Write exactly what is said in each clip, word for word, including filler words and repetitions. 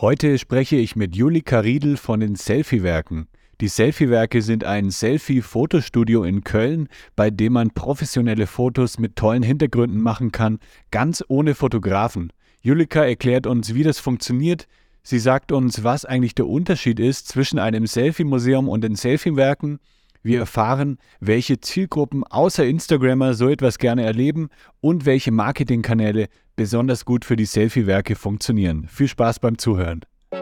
Heute spreche ich mit Julika Riedl von den Selfie-Werken. Die Selfie-Werke sind ein Selfie-Fotostudio in Köln, bei dem man professionelle Fotos mit tollen Hintergründen machen kann, ganz ohne Fotografen. Julika erklärt uns, wie das funktioniert. Sie sagt uns, was eigentlich der Unterschied ist zwischen einem Selfie-Museum und den Selfie-Werken. Wir erfahren, welche Zielgruppen außer Instagrammer so etwas gerne erleben und welche Marketingkanäle besonders gut für die Selfie-Werke funktionieren. Viel Spaß beim Zuhören.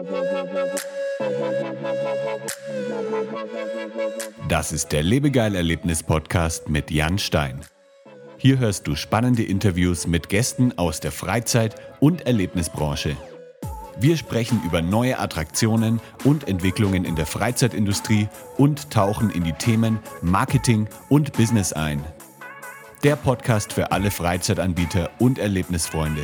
Das ist der Lebegeil-Erlebnis-Podcast mit Jan Stein. Hier hörst du spannende Interviews mit Gästen aus der Freizeit- und Erlebnisbranche. Wir sprechen über neue Attraktionen und Entwicklungen in der Freizeitindustrie und tauchen in die Themen Marketing und Business ein. Der Podcast für alle Freizeitanbieter und Erlebnisfreunde.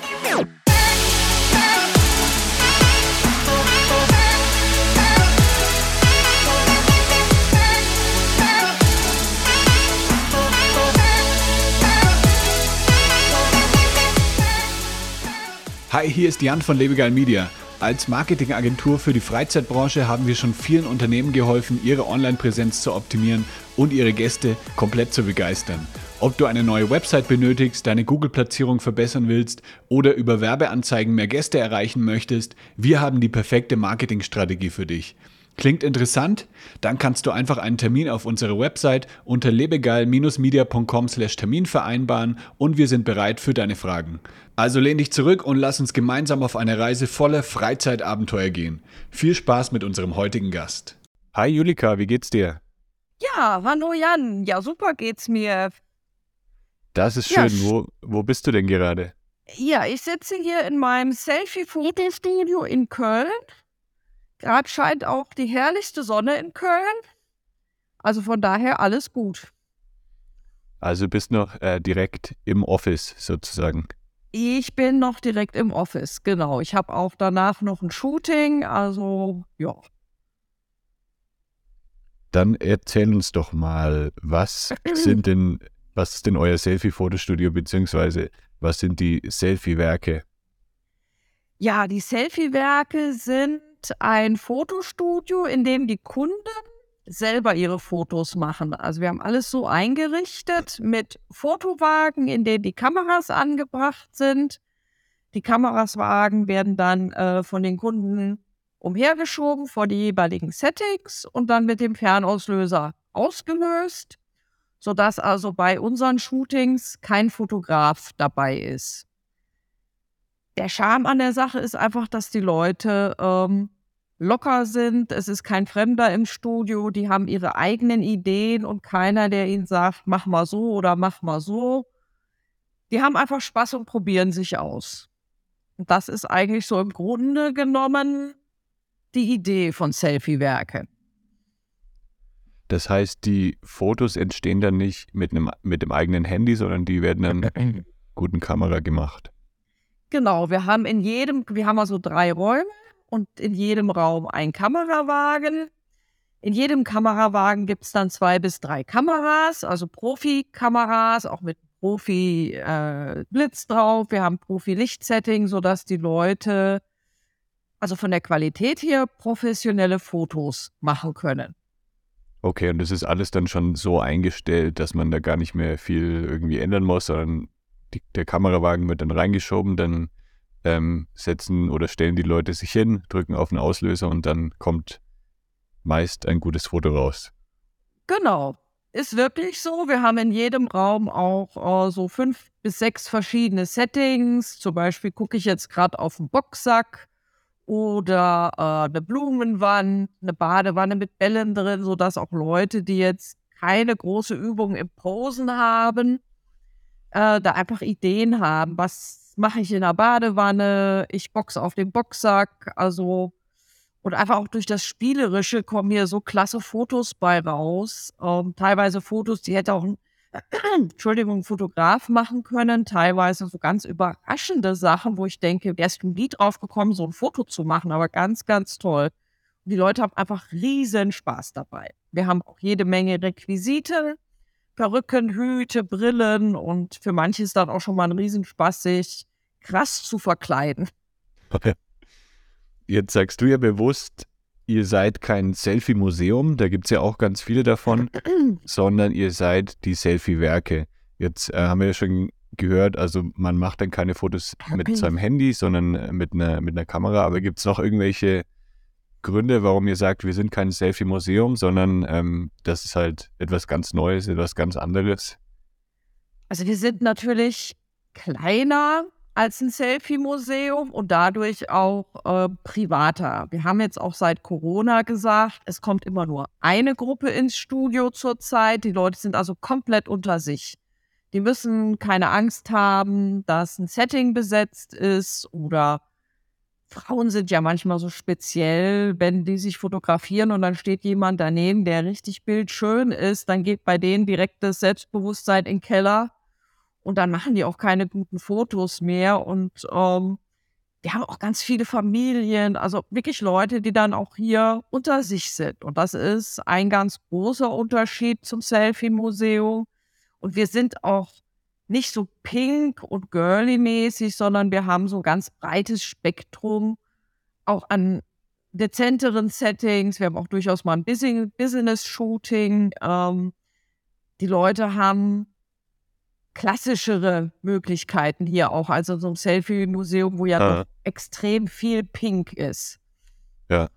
Hi, hier ist Jan von Lebegeil Media. Als Marketingagentur für die Freizeitbranche haben wir schon vielen Unternehmen geholfen, ihre Online-Präsenz zu optimieren und ihre Gäste komplett zu begeistern. Ob du eine neue Website benötigst, deine Google-Platzierung verbessern willst oder über Werbeanzeigen mehr Gäste erreichen möchtest, wir haben die perfekte Marketingstrategie für dich. Klingt interessant? Dann kannst du einfach einen Termin auf unserer Website unter lebegeil media punkt com slash Termin vereinbaren und wir sind bereit für deine Fragen. Also lehn dich zurück und lass uns gemeinsam auf eine Reise voller Freizeitabenteuer gehen. Viel Spaß mit unserem heutigen Gast. Hi Julika, wie geht's dir? Ja, hallo Jan. Ja, super geht's mir. Das ist Ja, schön. Wo, wo bist du denn gerade? Ja, ich sitze hier in meinem Selfie-Fotostudio in Köln. Gerade scheint auch die herrlichste Sonne in Köln. Also von daher alles gut. Also du bist noch äh, direkt im Office sozusagen. Ich bin noch direkt im Office, genau. Ich habe auch danach noch ein Shooting, also ja. Dann erzähl uns doch mal, was sind denn, was ist denn euer Selfie-Fotostudio, beziehungsweise was sind die Selfie-Werke? Ja, die Selfie-Werke sind ein Fotostudio, in dem die Kunden selber ihre Fotos machen. Also wir haben alles so eingerichtet mit Fotowagen, in denen die Kameras angebracht sind. Die Kameraswagen werden dann äh, von den Kunden umhergeschoben vor die jeweiligen Settings und dann mit dem Fernauslöser ausgelöst, sodass also bei unseren Shootings kein Fotograf dabei ist. Der Charme an der Sache ist einfach, dass die Leute ähm, locker sind. Es ist kein Fremder im Studio. Die haben ihre eigenen Ideen und keiner, der ihnen sagt, mach mal so oder mach mal so. Die haben einfach Spaß und probieren sich aus. Und das ist eigentlich so im Grunde genommen die Idee von Selfie-Werke. Das heißt, die Fotos entstehen dann nicht mit einem, mit dem eigenen Handy, sondern die werden dann mit einer guten Kamera gemacht. Genau, wir haben in jedem, wir haben also drei Räume und in jedem Raum ein Kamerawagen. In jedem Kamerawagen gibt es dann zwei bis drei Kameras, also Profi-Kameras, auch mit Profi-Blitz äh, drauf. Wir haben Profi-Lichtsetting, sodass die Leute, also von der Qualität her, professionelle Fotos machen können. Okay, und das ist alles dann schon so eingestellt, dass man da gar nicht mehr viel irgendwie ändern muss, sondern die, der Kamerawagen wird dann reingeschoben, dann ähm, setzen oder stellen die Leute sich hin, drücken auf den Auslöser und dann kommt meist ein gutes Foto raus. Genau, ist wirklich so. Wir haben in jedem Raum auch äh, so fünf bis sechs verschiedene Settings. Zum Beispiel gucke ich jetzt gerade auf einen Boxsack oder äh, eine Blumenwand, eine Badewanne mit Bällen drin, sodass auch Leute, die jetzt keine große Übung im Posen haben, äh, da einfach Ideen haben. Was mache ich in der Badewanne? Ich boxe auf dem Boxsack. Also, und einfach auch durch das Spielerische kommen hier so klasse Fotos bei raus. Ähm, teilweise Fotos, die hätte auch ein Entschuldigung, Fotograf machen können, teilweise so ganz überraschende Sachen, wo ich denke, wärst du nie drauf gekommen, so ein Foto zu machen, aber ganz, ganz toll. Und die Leute haben einfach riesen Spaß dabei. Wir haben auch jede Menge Requisite, Perücken, Hüte, Brillen und für manche ist dann auch schon mal ein Riesenspaß, sich krass zu verkleiden. Okay. Jetzt sagst du ja bewusst, ihr seid kein Selfie-Museum, da gibt es ja auch ganz viele davon, sondern ihr seid die Selfie-Werke. Jetzt äh, haben wir ja schon gehört, also man macht dann keine Fotos mit seinem Handy, sondern äh, mit einer mit einer Kamera. Aber gibt es noch irgendwelche Gründe, warum ihr sagt, wir sind kein Selfie-Museum, sondern ähm, das ist halt etwas ganz Neues, etwas ganz anderes? Also wir sind natürlich kleiner als ein Selfie-Museum und dadurch auch äh, privater. Wir haben jetzt auch seit Corona gesagt, es kommt immer nur eine Gruppe ins Studio zurzeit. Die Leute sind also komplett unter sich. Die müssen keine Angst haben, dass ein Setting besetzt ist, oder Frauen sind ja manchmal so speziell, wenn die sich fotografieren und dann steht jemand daneben, der richtig bildschön ist, dann geht bei denen direkt das Selbstbewusstsein in den Keller und dann machen die auch keine guten Fotos mehr. Und ähm, wir haben auch ganz viele Familien, also wirklich Leute, die dann auch hier unter sich sind. Und das ist ein ganz großer Unterschied zum Selfie-Museum. Und wir sind auch nicht so pink und girly-mäßig, sondern wir haben so ein ganz breites Spektrum, auch an dezenteren Settings. Wir haben auch durchaus mal ein Busi- Business-Shooting. Ähm, die Leute haben klassischere Möglichkeiten hier auch, also so ein Selfie-Museum, wo ja Ah, doch extrem viel Pink ist. ja.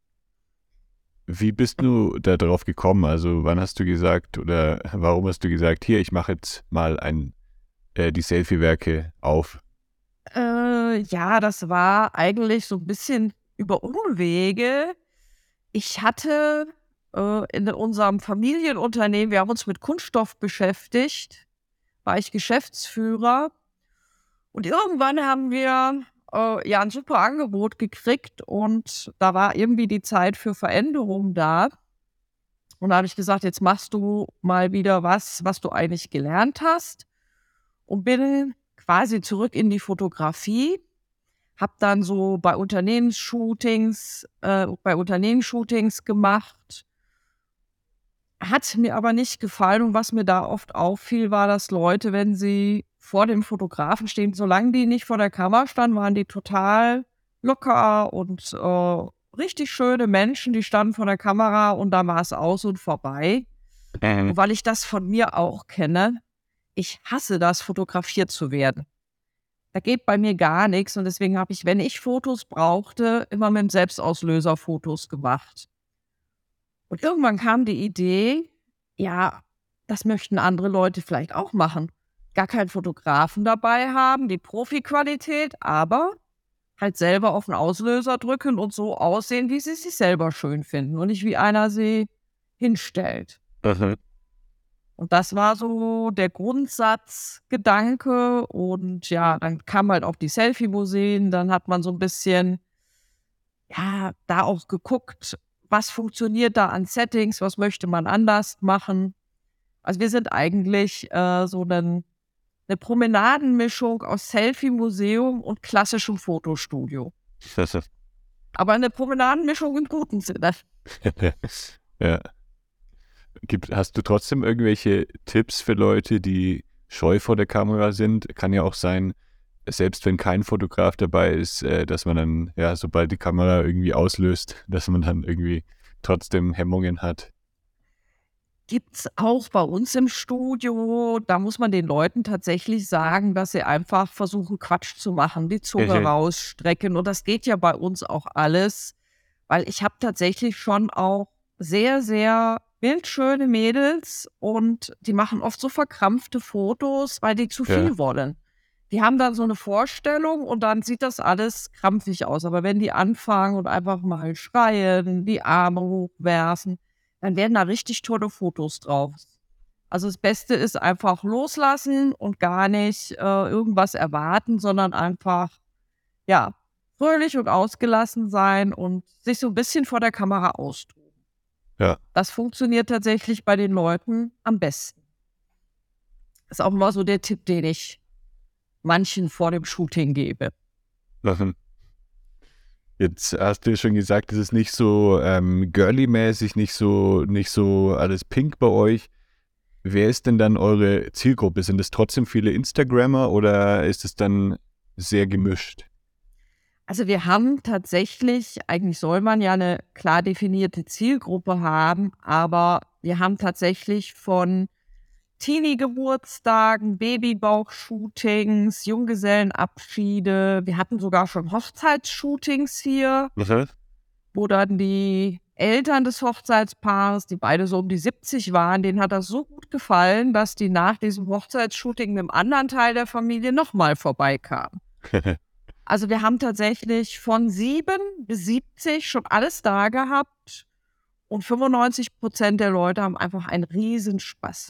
Wie bist du da drauf gekommen? Also wann hast du gesagt oder warum hast du gesagt, hier, ich mache jetzt mal ein, äh, die Selfie-Werke auf? Äh, ja, das war eigentlich so ein bisschen über Umwege. Ich hatte äh, in unserem Familienunternehmen, wir haben uns mit Kunststoff beschäftigt, war ich Geschäftsführer und irgendwann haben wir äh, ja ein super Angebot gekriegt und da war irgendwie die Zeit für Veränderung da. Und da habe ich gesagt, jetzt machst du mal wieder was, was du eigentlich gelernt hast, und bin quasi zurück in die Fotografie. Habe dann so bei Unternehmensshootings äh, bei Unternehmensshootings gemacht. Hat mir aber nicht gefallen, und was mir da oft auffiel, war, dass Leute, wenn sie vor dem Fotografen stehen, solange die nicht vor der Kamera standen, waren die total locker und äh, richtig schöne Menschen, die standen vor der Kamera und dann war es aus und vorbei. Mhm. Und weil ich das von mir auch kenne, ich hasse das, fotografiert zu werden. Da geht bei mir gar nichts und deswegen habe ich, wenn ich Fotos brauchte, immer mit dem Selbstauslöser Fotos gemacht. Und irgendwann kam die Idee, ja, das möchten andere Leute vielleicht auch machen. Gar keinen Fotografen dabei haben, die Profi-Qualität, aber halt selber auf den Auslöser drücken und so aussehen, wie sie sich selber schön finden und nicht wie einer sie hinstellt. Mhm. Und das war so der Grundsatzgedanke. Und ja, dann kamen halt auch die Selfie-Museen. Dann hat man so ein bisschen, ja, da auch geguckt, was funktioniert da an Settings, was möchte man anders machen. Also wir sind eigentlich äh, so eine Promenadenmischung aus Selfie-Museum und klassischem Fotostudio. Aber eine Promenadenmischung im guten Sinne. Ja. Gibt, hast du trotzdem irgendwelche Tipps für Leute, die scheu vor der Kamera sind? Kann ja auch sein, selbst wenn kein Fotograf dabei ist, äh, dass man dann, ja, sobald die Kamera irgendwie auslöst, dass man dann irgendwie trotzdem Hemmungen hat. Gibt's auch bei uns im Studio. Da muss man den Leuten tatsächlich sagen, dass sie einfach versuchen, Quatsch zu machen, die Zunge Mhm. rausstrecken. Und das geht ja bei uns auch alles, weil ich habe tatsächlich schon auch sehr, sehr bildschöne Mädels und die machen oft so verkrampfte Fotos, weil die zu Ja. viel wollen. Die haben dann so eine Vorstellung und dann sieht das alles krampfig aus. Aber wenn die anfangen und einfach mal schreien, die Arme hochwerfen, dann werden da richtig tolle Fotos drauf. Also das Beste ist einfach loslassen und gar nicht äh, irgendwas erwarten, sondern einfach, ja, fröhlich und ausgelassen sein und sich so ein bisschen vor der Kamera austoben. Ja. Das funktioniert tatsächlich bei den Leuten am besten. Ist auch mal so der Tipp, den ich manchen vor dem Shooting gebe. Mhm. Jetzt hast du ja schon gesagt, es ist nicht so ähm, girly-mäßig, nicht so, nicht so alles pink bei euch. Wer ist denn dann eure Zielgruppe? Sind es trotzdem viele Instagrammer oder ist es dann sehr gemischt? Also wir haben tatsächlich, eigentlich soll man ja eine klar definierte Zielgruppe haben, aber wir haben tatsächlich von Teenie-Geburtstagen, Babybauch-Shootings, Junggesellenabschiede. Wir hatten sogar schon Hochzeitsshootings hier, Mhm. wo dann die Eltern des Hochzeitspaares, die beide so um die siebzig waren, denen hat das so gut gefallen, dass die nach diesem Hochzeitsshooting mit einem anderen Teil der Familie nochmal vorbeikamen. Also wir haben tatsächlich von sieben bis siebzig schon alles da gehabt und fünfundneunzig Prozent der Leute haben einfach einen Riesenspaß.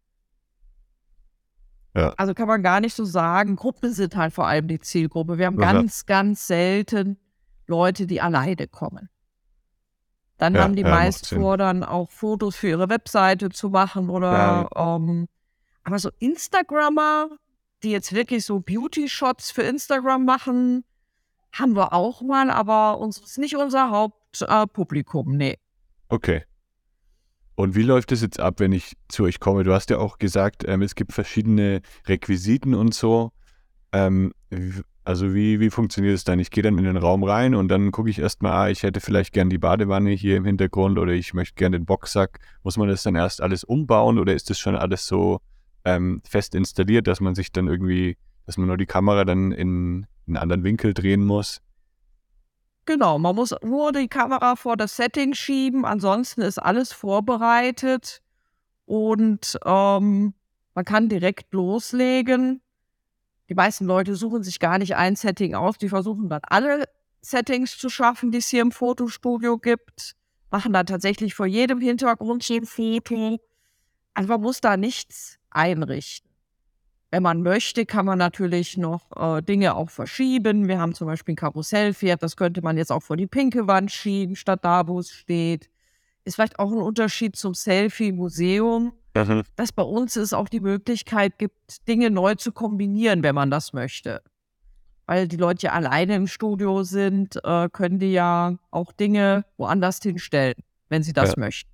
Ja. Also kann man gar nicht so sagen. Gruppen sind halt vor allem die Zielgruppe. Wir haben Ja. ganz, ganz selten Leute, die alleine kommen. Dann Ja, haben die ja, macht meist Sinn. vor, dann auch Fotos für ihre Webseite zu machen oder ähm, aber so Instagrammer, die jetzt wirklich so Beauty-Shots für Instagram machen, haben wir auch mal, aber uns ist nicht unser Hauptpublikum, äh, Publikum, nee. Okay. Und wie läuft es jetzt ab, wenn ich zu euch komme? Du hast ja auch gesagt, ähm, es gibt verschiedene Requisiten und so. Ähm, wie- also wie, wie funktioniert es dann? Ich gehe dann in den Raum rein und dann gucke ich erstmal, ah, ich hätte vielleicht gern die Badewanne hier im Hintergrund oder ich möchte gern den Boxsack. Muss man das dann erst alles umbauen oder ist das schon alles so ähm, fest installiert, dass man sich dann irgendwie, dass man nur die Kamera dann in, in einen anderen Winkel drehen muss? Genau, man muss nur die Kamera vor das Setting schieben, ansonsten ist alles vorbereitet und ähm, man kann direkt loslegen. Die meisten Leute suchen sich gar nicht ein Setting aus, die versuchen dann alle Settings zu schaffen, die es hier im Fotostudio gibt, machen dann tatsächlich vor jedem Hintergrund so ein Foto. Also man muss da nichts einrichten. Wenn man möchte, kann man natürlich noch äh, Dinge auch verschieben. Wir haben zum Beispiel ein Karussellpferd, das könnte man jetzt auch vor die pinke Wand schieben, statt da, wo es steht. Ist vielleicht auch ein Unterschied zum Selfie-Museum, Mhm. dass bei uns es auch die Möglichkeit gibt, Dinge neu zu kombinieren, wenn man das möchte. Weil die Leute ja alleine im Studio sind, äh, können die ja auch Dinge woanders hinstellen, wenn sie das Ja. möchten.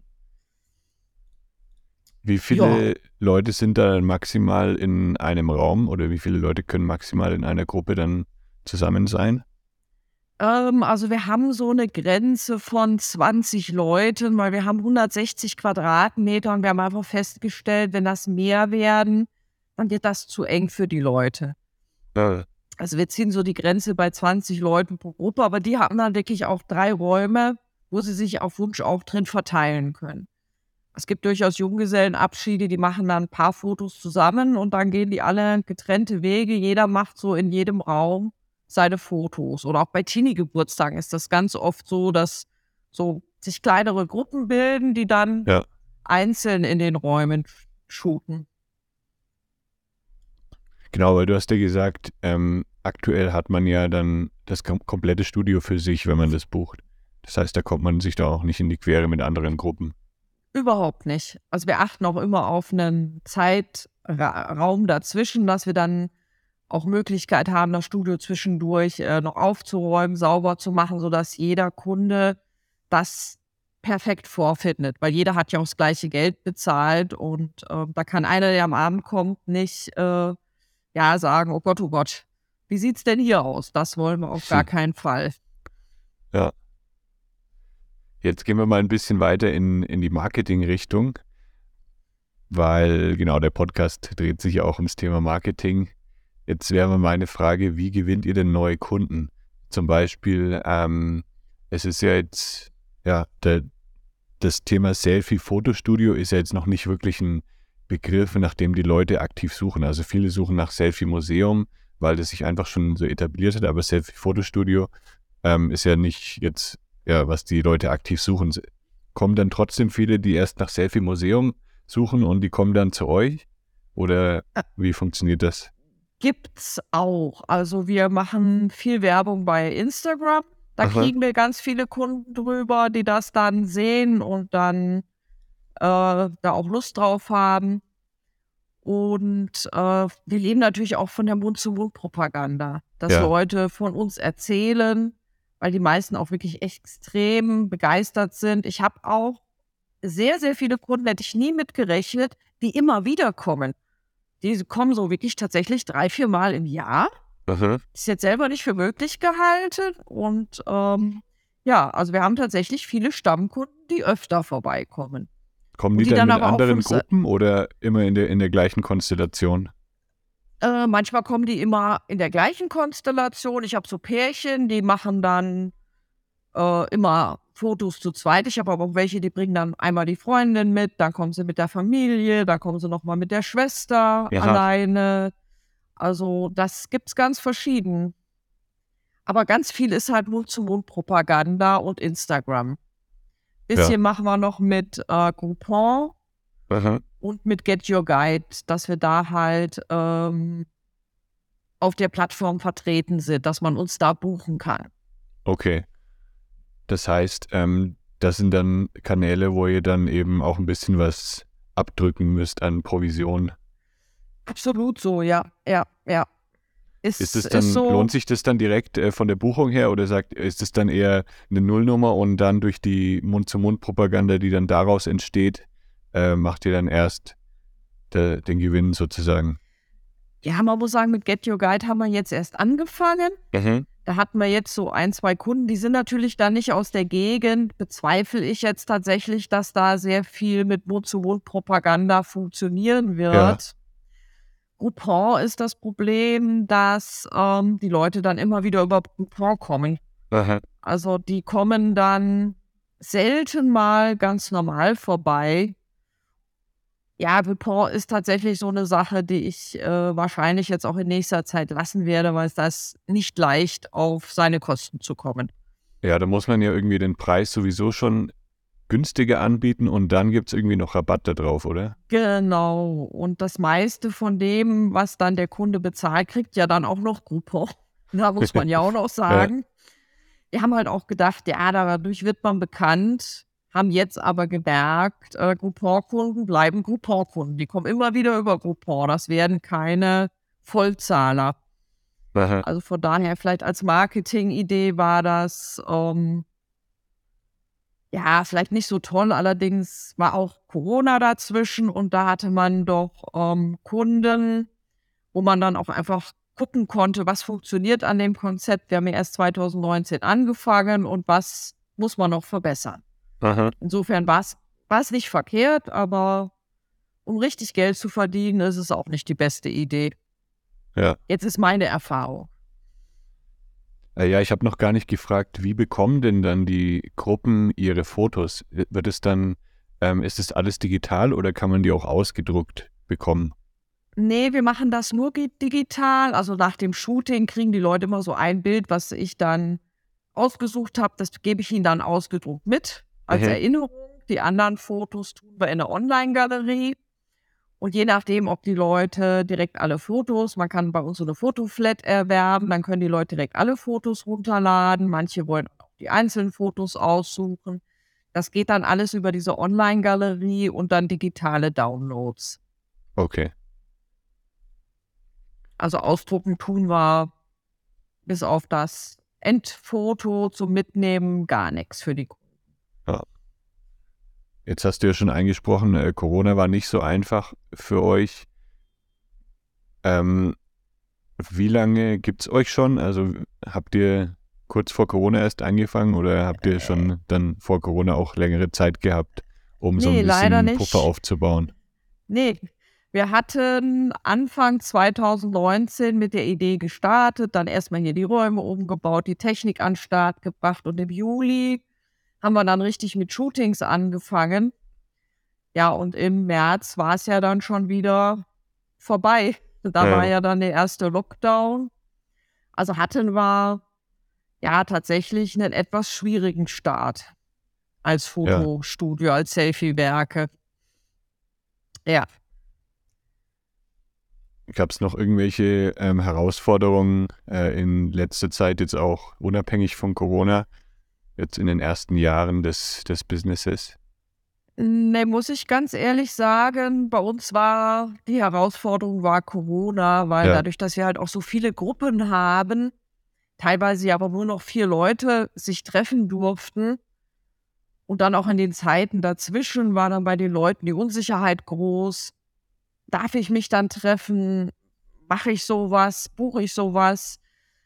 Wie viele Leute sind da maximal in einem Raum oder wie viele Leute können maximal in einer Gruppe dann zusammen sein? Ähm, also wir haben so eine Grenze von zwanzig Leuten, weil wir haben hundertsechzig Quadratmeter und wir haben einfach festgestellt, wenn das mehr werden, dann wird das zu eng für die Leute. Ja. Also wir ziehen so die Grenze bei zwanzig Leuten pro Gruppe, aber die haben dann wirklich auch drei Räume, wo sie sich auf Wunsch auch drin verteilen können. Es gibt durchaus Junggesellenabschiede, die machen dann ein paar Fotos zusammen und dann gehen die alle getrennte Wege. Jeder macht so in jedem Raum seine Fotos. Oder auch bei Teenie-Geburtstagen ist das ganz oft so, dass so sich kleinere Gruppen bilden, die dann Ja. einzeln in den Räumen shooten. Genau, weil du hast ja gesagt, ähm, aktuell hat man ja dann das kom komplette Studio für sich, wenn man das bucht. Das heißt, da kommt man sich da auch nicht in die Quere mit anderen Gruppen. Überhaupt nicht. Also wir achten auch immer auf einen Zeitraum dazwischen, dass wir dann auch Möglichkeit haben, das Studio zwischendurch äh, noch aufzuräumen, sauber zu machen, sodass jeder Kunde das perfekt vorfindet. Weil jeder hat ja auch das gleiche Geld bezahlt und äh, da kann einer, der am Abend kommt, nicht äh, ja sagen, oh Gott, oh Gott, wie sieht's denn hier aus? Das wollen wir auf gar Hm. keinen Fall. Ja. Jetzt gehen wir mal ein bisschen weiter in, in die Marketing-Richtung, weil genau der Podcast dreht sich ja auch ums Thema Marketing. Jetzt wäre mal meine Frage, wie gewinnt ihr denn neue Kunden? Zum Beispiel, ähm, es ist ja jetzt, ja, der, das Thema Selfie-Fotostudio ist ja jetzt noch nicht wirklich ein Begriff, nach dem die Leute aktiv suchen. Also viele suchen nach Selfie-Museum, weil das sich einfach schon so etabliert hat, aber Selfie-Fotostudio ähm, ist ja nicht jetzt, ja, was die Leute aktiv suchen. Kommen dann trotzdem viele, die erst nach Selfie-Museum suchen und die kommen dann zu euch? Oder wie funktioniert das? Gibt's auch. Also wir machen viel Werbung bei Instagram. Da Aha. kriegen wir ganz viele Kunden drüber, die das dann sehen und dann äh, da auch Lust drauf haben. Und äh, wir leben natürlich auch von der Mund-zu-Mund-Propaganda, dass Ja. Leute von uns erzählen, weil die meisten auch wirklich extrem begeistert sind. Ich habe auch sehr, sehr viele Kunden, hätte ich nie mitgerechnet, die immer wieder kommen. Die kommen so wirklich tatsächlich drei, vier Mal im Jahr Aha. Ist jetzt selber nicht für möglich gehalten. Und ähm, ja, also wir haben tatsächlich viele Stammkunden, die öfter vorbeikommen. Kommen Und die die dann dann mit aber auch anderen fünf Se- Gruppen oder immer in der, in der gleichen Konstellation? Äh, manchmal kommen die immer in der gleichen Konstellation. Ich habe so Pärchen, die machen dann äh, immer Fotos zu zweit. Ich habe aber auch welche, die bringen dann einmal die Freundin mit, dann kommen sie mit der Familie, dann kommen sie nochmal mit der Schwester Aha. alleine. Also das gibt's ganz verschieden. Aber ganz viel ist halt Mund-zu-Mund-Propaganda und Instagram. Ja. Bisschen machen wir noch mit äh, Groupon Aha. und mit Get Your Guide, dass wir da halt ähm, auf der Plattform vertreten sind, dass man uns da buchen kann. Okay. Das heißt, ähm, das sind dann Kanäle, wo ihr dann eben auch ein bisschen was abdrücken müsst an Provision. Absolut so, ja, ja, ja. Ist, Ist es ist dann, so, lohnt sich das dann direkt äh, von der Buchung her oder sagt, ist es dann eher eine Nullnummer und dann durch die Mund-zu-Mund-Propaganda, die dann daraus entsteht, äh, macht ihr dann erst de, den Gewinn sozusagen? ja, man muss sagen, mit Get Your Guide haben wir jetzt erst angefangen. Mhm. Da hatten wir jetzt so ein, zwei Kunden, die sind natürlich dann nicht aus der Gegend. Bezweifle ich jetzt tatsächlich, dass da sehr viel mit Mund-zu-Mund-Propaganda funktionieren wird. Ja. Groupon ist das Problem, dass ähm, die Leute dann immer wieder über Groupon kommen. Aha. Also die kommen dann selten mal ganz normal vorbei. Ja, Groupon ist tatsächlich so eine Sache, die ich äh, wahrscheinlich jetzt auch in nächster Zeit lassen werde, weil es da ist nicht leicht, auf seine Kosten zu kommen. Ja, da muss man ja irgendwie den Preis sowieso schon günstiger anbieten und dann gibt es irgendwie noch Rabatt da drauf, oder? Genau. Und das meiste von dem, was dann der Kunde bezahlt, kriegt ja dann auch noch Groupon. Da muss man ja auch noch sagen. Wir haben halt auch gedacht, ja, dadurch wird man bekannt, haben jetzt aber gemerkt, äh, Groupon-Kunden bleiben Groupon-Kunden. Die kommen immer wieder über Groupon. Das werden keine Vollzahler. Aha. Also von daher vielleicht als Marketing-Idee war das ähm, ja vielleicht nicht so toll. Allerdings war auch Corona dazwischen und da hatte man doch ähm, Kunden, wo man dann auch einfach gucken konnte, was funktioniert an dem Konzept. Wir haben ja erst zwanzig neunzehn angefangen und was muss man noch verbessern. Aha. Insofern war es nicht verkehrt, aber um richtig Geld zu verdienen, ist es auch nicht die beste Idee. Ja. Jetzt ist meine Erfahrung. Äh, ja, ich habe noch gar nicht gefragt, wie bekommen denn dann die Gruppen ihre Fotos? Wird es dann, ähm, ist es alles digital oder kann man die auch ausgedruckt bekommen? Nee, wir machen das nur gi- digital. Also nach dem Shooting kriegen die Leute immer so ein Bild, was ich dann ausgesucht habe. Das gebe ich ihnen dann ausgedruckt mit als Mhm. Erinnerung. Die anderen Fotos tun wir in der Online-Galerie. Und je nachdem, ob die Leute direkt alle Fotos, man kann bei uns so eine Fotoflat erwerben, dann können die Leute direkt alle Fotos runterladen. Manche wollen auch die einzelnen Fotos aussuchen. Das geht dann alles über diese Online-Galerie und dann digitale Downloads. Okay. Also ausdrucken tun wir bis auf das Endfoto zum Mitnehmen gar nichts für die Kunden. Jetzt hast du ja schon angesprochen, äh, Corona war nicht so einfach für euch. Ähm, wie lange gibt es euch schon? Also habt ihr kurz vor Corona erst angefangen oder habt ihr schon dann vor Corona auch längere Zeit gehabt, um so Nee, ein leider bisschen nicht. Puffer aufzubauen? Nee, wir hatten Anfang zwanzig neunzehn mit der Idee gestartet, dann erstmal hier die Räume umgebaut, die Technik an den Start gebracht und im Juli haben wir dann richtig mit Shootings angefangen. Ja, und im März war es ja dann schon wieder vorbei. Da Ja. war ja dann der erste Lockdown. Also hatten wir ja tatsächlich einen etwas schwierigen Start als Fotostudio, als Selfie-Werke. Ja. Gab es noch irgendwelche ähm, Herausforderungen äh, in letzter Zeit, jetzt auch unabhängig von Corona, jetzt in den ersten Jahren des, des Businesses? Ne, muss ich ganz ehrlich sagen, bei uns war die Herausforderung war Corona, weil Ja. dadurch, dass wir halt auch so viele Gruppen haben, teilweise ja aber nur noch vier Leute sich treffen durften und dann auch in den Zeiten dazwischen war dann bei den Leuten die Unsicherheit groß. Darf ich mich dann treffen? Mache ich sowas? Buche ich sowas?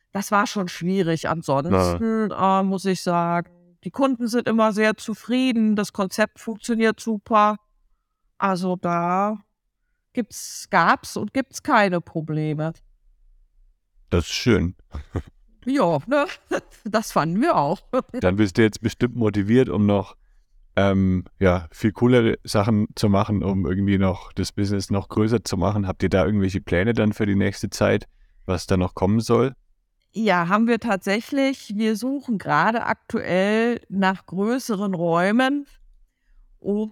das war schon schwierig. Ansonsten äh, muss ich sagen, die Kunden sind immer sehr zufrieden, das Konzept funktioniert super. Also da gibt's, gab's und gibt's keine Probleme. Das ist schön. Ja, ne? Das fanden wir auch. Dann bist du jetzt bestimmt motiviert, um noch ähm, ja, viel coolere Sachen zu machen, um irgendwie noch das Business noch größer zu machen. Habt ihr da irgendwelche Pläne dann für die nächste Zeit, was da noch kommen soll? Ja, haben wir tatsächlich. Wir suchen gerade aktuell nach größeren Räumen, um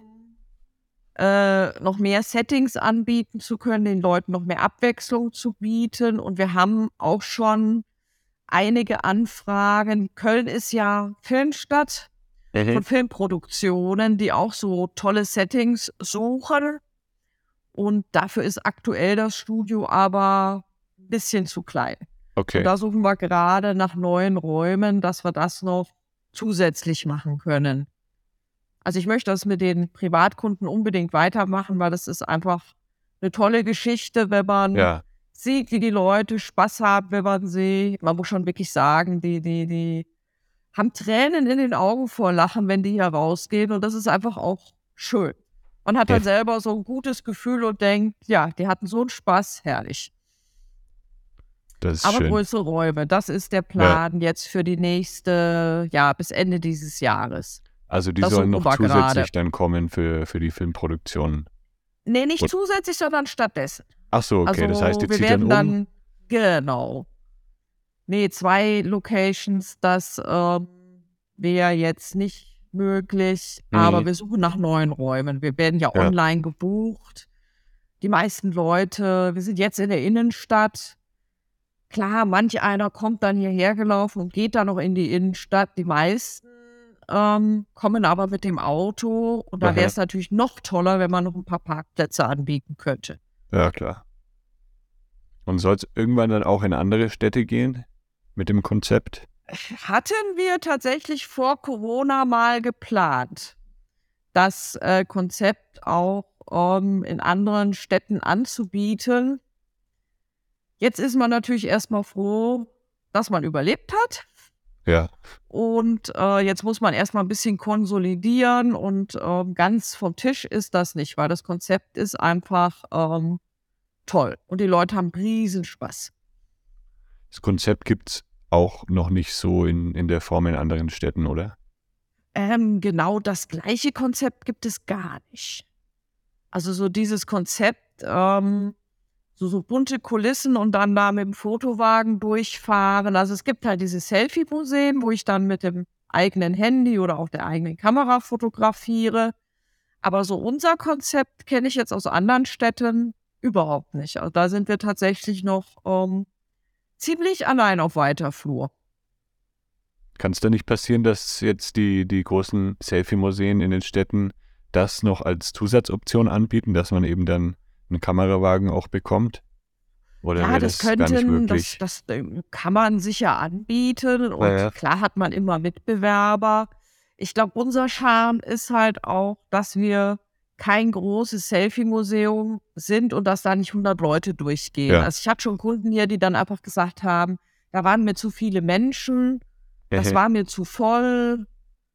äh, noch mehr Settings anbieten zu können, den Leuten noch mehr Abwechslung zu bieten. Und wir haben auch schon einige Anfragen. Köln ist ja Filmstadt Mhm. von Filmproduktionen, die auch so tolle Settings suchen. Und dafür ist aktuell das Studio aber ein bisschen zu klein. Okay. Und da suchen wir gerade nach neuen Räumen, dass wir das noch zusätzlich machen können. Also ich möchte das mit den Privatkunden unbedingt weitermachen, weil das ist einfach eine tolle Geschichte, wenn man Ja, sieht, wie die Leute Spaß haben, wenn man sie, man muss schon wirklich sagen, die, die, die haben Tränen in den Augen vor Lachen, wenn die hier rausgehen. Und das ist einfach auch schön. Man hat dann Ja. selber so ein gutes Gefühl und denkt, ja, die hatten so einen Spaß, herrlich. das ist Aber schön. größere Räume, das ist der Plan jetzt für die nächste, ja, bis Ende dieses Jahres. Also die das sollen suchen noch wir zusätzlich gerade. dann kommen für, für die Filmproduktionen. Nee, nicht Und- zusätzlich, sondern stattdessen. Ach so, okay, Also das heißt, ihr wir zieht dann werden um. dann, genau. Nee, zwei Locations, das ähm, wäre jetzt nicht möglich, Mhm. aber wir suchen nach neuen Räumen. Wir werden ja, Ja. online gebucht. Die meisten Leute, wir sind jetzt in der Innenstadt. Klar, manch einer kommt dann hierher gelaufen und geht dann noch in die Innenstadt. Die meisten ähm, kommen aber mit dem Auto und da Aha. wäre es natürlich noch toller, wenn man noch ein paar Parkplätze anbieten könnte. Ja, klar. Und soll es irgendwann dann auch in andere Städte gehen mit dem Konzept? Hatten wir tatsächlich vor Corona mal geplant, das äh, Konzept auch ähm, in anderen Städten anzubieten. Jetzt ist man natürlich erstmal froh, dass man überlebt hat. Ja, Und äh, jetzt muss man erstmal ein bisschen konsolidieren und ähm, ganz vom Tisch ist das nicht, weil das Konzept ist einfach ähm, toll. Und die Leute haben riesen Spaß. das Konzept gibt es auch noch nicht so in, in der Form in anderen Städten, oder? Ähm, genau das gleiche Konzept gibt es gar nicht. Also so dieses Konzept, ähm, so, so bunte Kulissen und dann da mit dem Fotowagen durchfahren. Also es gibt halt diese Selfie-Museen, wo ich dann mit dem eigenen Handy oder auch der eigenen Kamera fotografiere. Aber so unser Konzept kenne ich jetzt aus anderen Städten überhaupt nicht. Also da sind wir tatsächlich noch ähm, ziemlich allein auf weiter Flur. Kann es da nicht passieren, dass jetzt die, die großen Selfie-Museen in den Städten das noch als Zusatzoption anbieten, dass man eben dann einen Kamerawagen auch bekommt? Oder Ja, wäre das das, gar nicht könnten, möglich? das, das ähm, kann man sicher anbieten und Ja, ja. klar hat man immer Mitbewerber. Ich glaube, unser Charme ist halt auch, dass wir kein großes Selfie-Museum sind und dass da nicht hundert Leute durchgehen. Ja. Also ich hatte schon Kunden hier, die dann einfach gesagt haben, da waren mir zu viele Menschen, das Ehe. war mir zu voll.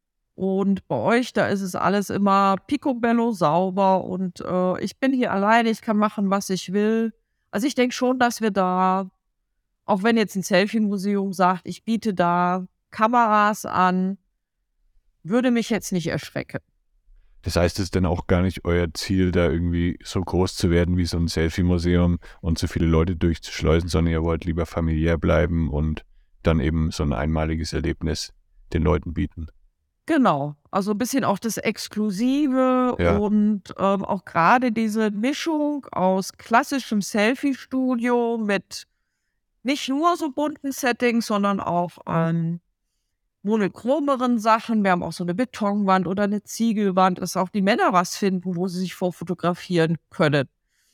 Und bei euch, da ist es alles immer picobello sauber und äh, ich bin hier alleine, ich kann machen, was ich will. Also ich denke schon, dass wir da, auch wenn jetzt ein Selfie-Museum sagt, ich biete da Kameras an, würde mich jetzt nicht erschrecken. Das heißt, es ist dann auch gar nicht euer Ziel, da irgendwie so groß zu werden wie so ein Selfie-Museum und so viele Leute durchzuschleusen, sondern ihr wollt lieber familiär bleiben und dann eben so ein einmaliges Erlebnis den Leuten bieten. Genau, also ein bisschen auch das Exklusive Ja. und ähm, auch gerade diese Mischung aus klassischem Selfie-Studio mit nicht nur so bunten Settings, sondern auch ähm, monochromeren Sachen. Wir haben auch so eine Betonwand oder eine Ziegelwand, dass auch die Männer was finden, wo sie sich vorfotografieren können.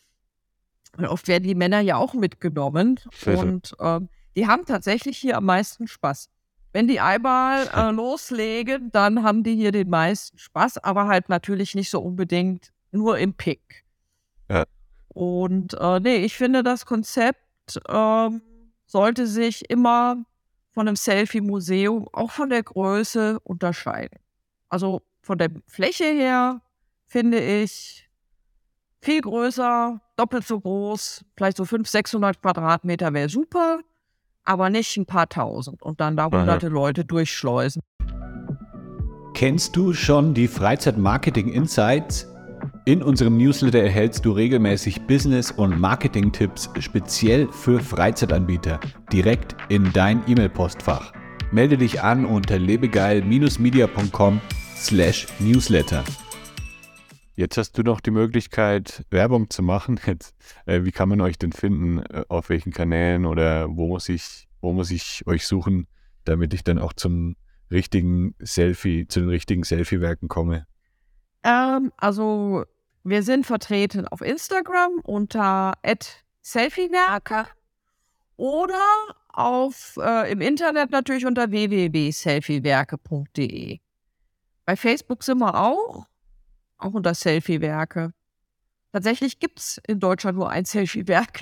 Und oft werden die Männer ja auch mitgenommen Sicher. und ähm, die haben tatsächlich hier am meisten Spaß. Wenn die einmal äh, loslegen, dann haben die hier den meisten Spaß, aber halt natürlich nicht so unbedingt nur im Pick. Ja. Und äh, nee, ich finde das Konzept ähm, sollte sich immer von einem Selfie-Museum, auch von der Größe, unterscheiden. Also von der Fläche her finde ich viel größer, doppelt so groß, vielleicht so fünfhundert, sechshundert Quadratmeter wäre super, aber nicht ein paar tausend und dann da hunderte Aha. Leute durchschleusen. Kennst du schon die Freizeit-Marketing Insights? In unserem Newsletter erhältst du regelmäßig Business- und Marketing-Tipps speziell für Freizeitanbieter direkt in dein E-Mail-Postfach. Melde dich an unter lebegeil-media.com slash newsletter. Jetzt hast du noch die Möglichkeit, Werbung zu machen. Jetzt, äh, wie kann man euch denn finden? Äh, auf welchen Kanälen oder wo muss ich, wo muss ich euch suchen, damit ich dann auch zum richtigen Selfie, zu den richtigen Selfie-Werken komme? Ähm, also wir sind vertreten auf Instagram unter at selfiewerke oder auf, äh, im Internet natürlich unter w w w punkt selfiewerke punkt d e. Bei Facebook sind wir auch, auch unter Selfiewerke. Tatsächlich gibt es in Deutschland nur ein Selfiewerk.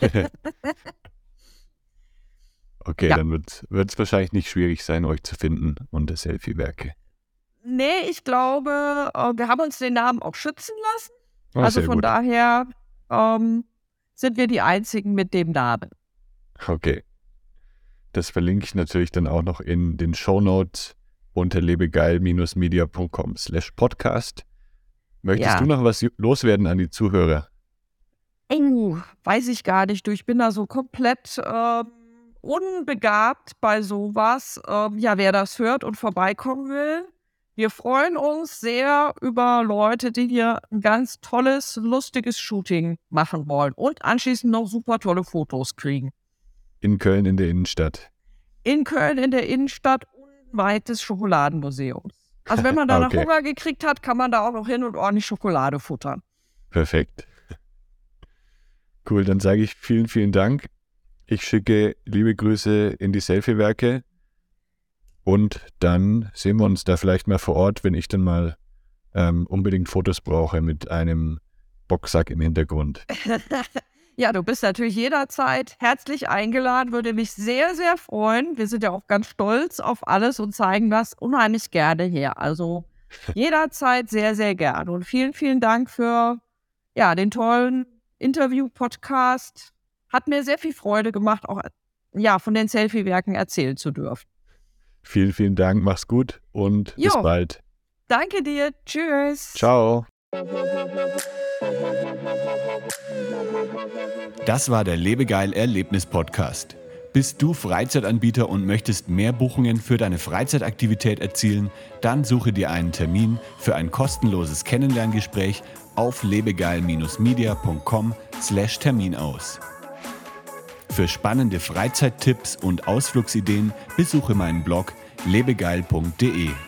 Okay, ja. Dann wird es wahrscheinlich nicht schwierig sein, euch zu finden unter Selfiewerke. Nee, ich glaube, äh, wir haben uns den Namen auch schützen lassen. Oh, also von gut. daher ähm, sind wir die Einzigen mit dem Namen. Okay. Das verlinke ich natürlich dann auch noch in den Shownotes unter lebegeil-media.com slash podcast. Möchtest ja. du noch was loswerden an die Zuhörer? Oh, weiß ich gar nicht. Du, ich bin da so komplett äh, unbegabt bei sowas. Äh, ja, wer das hört und vorbeikommen will, wir freuen uns sehr über Leute, die hier ein ganz tolles, lustiges Shooting machen wollen und anschließend noch super tolle Fotos kriegen. In Köln in der Innenstadt. In Köln in der Innenstadt unweit des Schokoladenmuseums. Also wenn man da okay. noch Hunger gekriegt hat, kann man da auch noch hin und ordentlich Schokolade futtern. Perfekt. Cool, dann sage ich vielen, vielen Dank. Ich schicke liebe Grüße in die Selfie-Werke. Und dann sehen wir uns da vielleicht mal vor Ort, wenn ich dann mal ähm, unbedingt Fotos brauche mit einem Boxsack im Hintergrund. Ja, du bist natürlich jederzeit herzlich eingeladen, würde mich sehr, sehr freuen. Wir sind ja auch ganz stolz auf alles und zeigen das unheimlich gerne her. Also jederzeit sehr, sehr gerne. Und vielen, vielen Dank für ja, den tollen Interview-Podcast. Hat mir sehr viel Freude gemacht, auch ja, von den Selfie-Werken erzählen zu dürfen. Vielen, vielen Dank. Mach's gut und jo, bis bald. Danke dir. Tschüss. Ciao. Das war der Lebegeil-Erlebnis-Podcast. Bist du Freizeitanbieter und möchtest mehr Buchungen für deine Freizeitaktivität erzielen? Dann suche dir einen Termin für ein kostenloses Kennenlerngespräch auf lebegeil-media.com slash Termin aus. Für spannende Freizeittipps und Ausflugsideen besuche meinen Blog lebegeil punkt de.